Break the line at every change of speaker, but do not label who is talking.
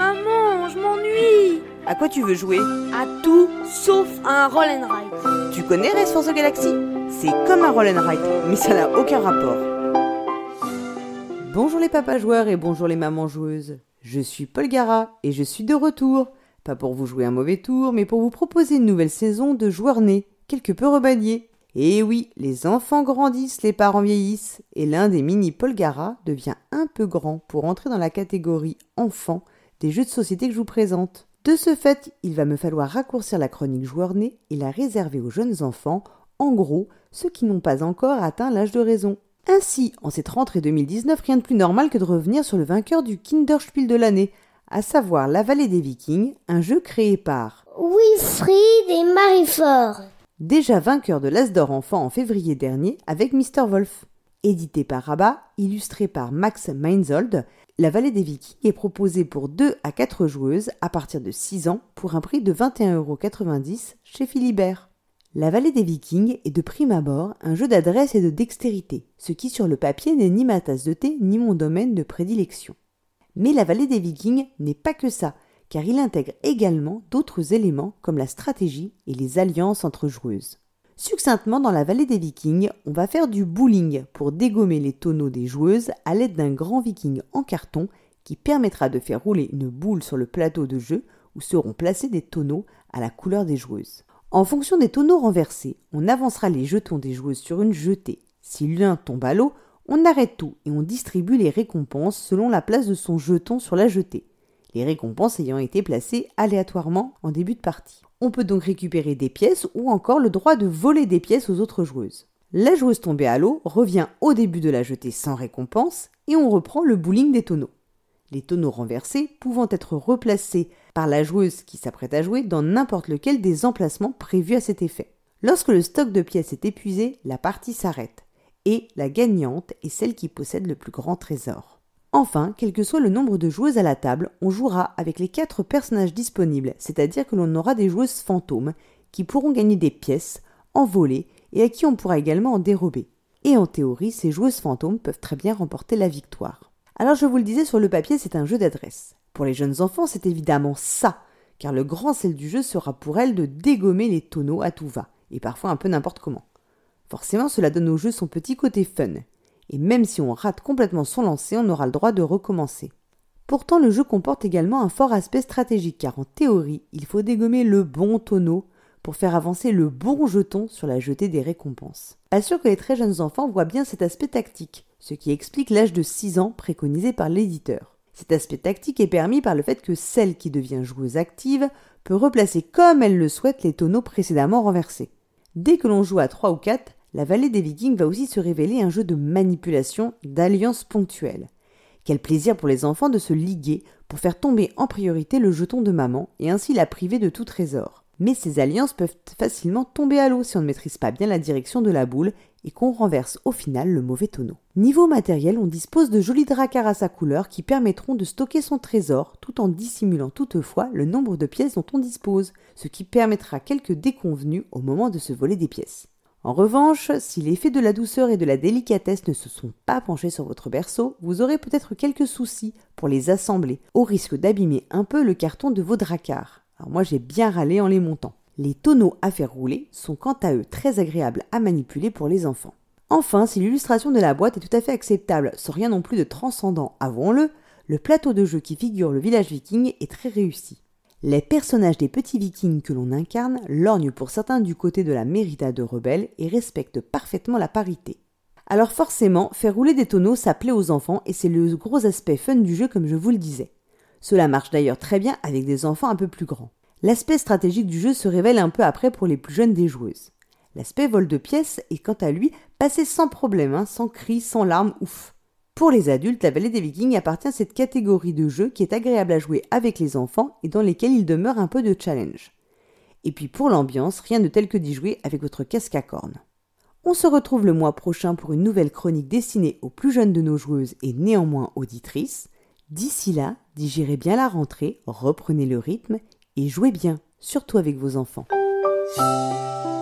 Maman, je m'ennuie.
À quoi tu veux jouer?
À tout sauf à un roll and ride.
Tu connais Race for the Galaxy? C'est comme un roll and ride, mais ça n'a aucun rapport. Bonjour les papas joueurs et bonjour les mamans joueuses. Je suis Paul Gara et je suis de retour. Pas pour vous jouer un mauvais tour, mais pour vous proposer une nouvelle saison de joueurs nés, quelque peu remaniés. Et oui, les enfants grandissent, les parents vieillissent, et l'un des mini Paul Gara devient un peu grand pour entrer dans la catégorie enfants des jeux de société que je vous présente. De ce fait, il va me falloir raccourcir la chronique joueurs nés et la réserver aux jeunes enfants, en gros, ceux qui n'ont pas encore atteint l'âge de raison. Ainsi, en cette rentrée 2019, rien de plus normal que de revenir sur le vainqueur du Kinderspiel de l'année, à savoir La Vallée des Vikings, un jeu créé par
Wilfried et Marie-Fort.
Déjà vainqueur de l'As d'Or enfant en février dernier avec Mr. Wolf. Édité par Rabat, illustré par Max Meinzold, La Vallée des Vikings est proposée pour 2 à 4 joueuses à partir de 6 ans pour un prix de 21,90€ chez Philibert. La Vallée des Vikings est de prime abord un jeu d'adresse et de dextérité, ce qui sur le papier n'est ni ma tasse de thé ni mon domaine de prédilection. Mais La Vallée des Vikings n'est pas que ça, car il intègre également d'autres éléments comme la stratégie et les alliances entre joueuses. Succinctement, dans La Vallée des Vikings, on va faire du bowling pour dégommer les tonneaux des joueuses à l'aide d'un grand viking en carton qui permettra de faire rouler une boule sur le plateau de jeu où seront placés des tonneaux à la couleur des joueuses. En fonction des tonneaux renversés, on avancera les jetons des joueuses sur une jetée. Si l'un tombe à l'eau, on arrête tout et on distribue les récompenses selon la place de son jeton sur la jetée. Les récompenses ayant été placées aléatoirement en début de partie. On peut donc récupérer des pièces ou encore le droit de voler des pièces aux autres joueuses. La joueuse tombée à l'eau revient au début de la jetée sans récompense et on reprend le bowling des tonneaux. Les tonneaux renversés pouvant être replacés par la joueuse qui s'apprête à jouer dans n'importe lequel des emplacements prévus à cet effet. Lorsque le stock de pièces est épuisé, la partie s'arrête et la gagnante est celle qui possède le plus grand trésor. Enfin, quel que soit le nombre de joueuses à la table, on jouera avec les 4 personnages disponibles, c'est-à-dire que l'on aura des joueuses fantômes qui pourront gagner des pièces, en voler et à qui on pourra également en dérober. Et en théorie, ces joueuses fantômes peuvent très bien remporter la victoire. Alors je vous le disais, sur le papier, c'est un jeu d'adresse. Pour les jeunes enfants, c'est évidemment ça, car le grand sel du jeu sera pour elles de dégommer les tonneaux à tout va, et parfois un peu n'importe comment. Forcément, cela donne au jeu son petit côté fun. Et même si on rate complètement son lancer, on aura le droit de recommencer. Pourtant, le jeu comporte également un fort aspect stratégique, car en théorie, il faut dégommer le bon tonneau pour faire avancer le bon jeton sur la jetée des récompenses. Pas sûr que les très jeunes enfants voient bien cet aspect tactique, ce qui explique l'âge de 6 ans préconisé par l'éditeur. Cet aspect tactique est permis par le fait que celle qui devient joueuse active peut replacer comme elle le souhaite les tonneaux précédemment renversés. Dès que l'on joue à 3 ou 4, La Vallée des Vikings va aussi se révéler un jeu de manipulation, d'alliances ponctuelles. Quel plaisir pour les enfants de se liguer pour faire tomber en priorité le jeton de maman et ainsi la priver de tout trésor. Mais ces alliances peuvent facilement tomber à l'eau si on ne maîtrise pas bien la direction de la boule et qu'on renverse au final le mauvais tonneau. Niveau matériel, on dispose de jolis dracars à sa couleur qui permettront de stocker son trésor tout en dissimulant toutefois le nombre de pièces dont on dispose, ce qui permettra quelques déconvenues au moment de se voler des pièces. En revanche, si les fées de la douceur et de la délicatesse ne se sont pas penchés sur votre berceau, vous aurez peut-être quelques soucis pour les assembler, au risque d'abîmer un peu le carton de vos dracars. Alors moi j'ai bien râlé en les montant. Les tonneaux à faire rouler sont quant à eux très agréables à manipuler pour les enfants. Enfin, si l'illustration de la boîte est tout à fait acceptable, sans rien non plus de transcendant, avouons-le, le plateau de jeu qui figure le village viking est très réussi. Les personnages des petits vikings que l'on incarne lorgnent pour certains du côté de la Mérida de rebelles et respectent parfaitement la parité. Alors forcément, faire rouler des tonneaux, ça plaît aux enfants et c'est le gros aspect fun du jeu comme je vous le disais. Cela marche d'ailleurs très bien avec des enfants un peu plus grands. L'aspect stratégique du jeu se révèle un peu après pour les plus jeunes des joueuses. L'aspect vol de pièces est quant à lui passé sans problème, sans cris, sans larmes, ouf. Pour les adultes, La Vallée des Vikings appartient à cette catégorie de jeux qui est agréable à jouer avec les enfants et dans lesquels il demeure un peu de challenge. Et puis pour l'ambiance, rien de tel que d'y jouer avec votre casque à cornes. On se retrouve le mois prochain pour une nouvelle chronique destinée aux plus jeunes de nos joueuses et néanmoins auditrices. D'ici là, digérez bien la rentrée, reprenez le rythme et jouez bien, surtout avec vos enfants.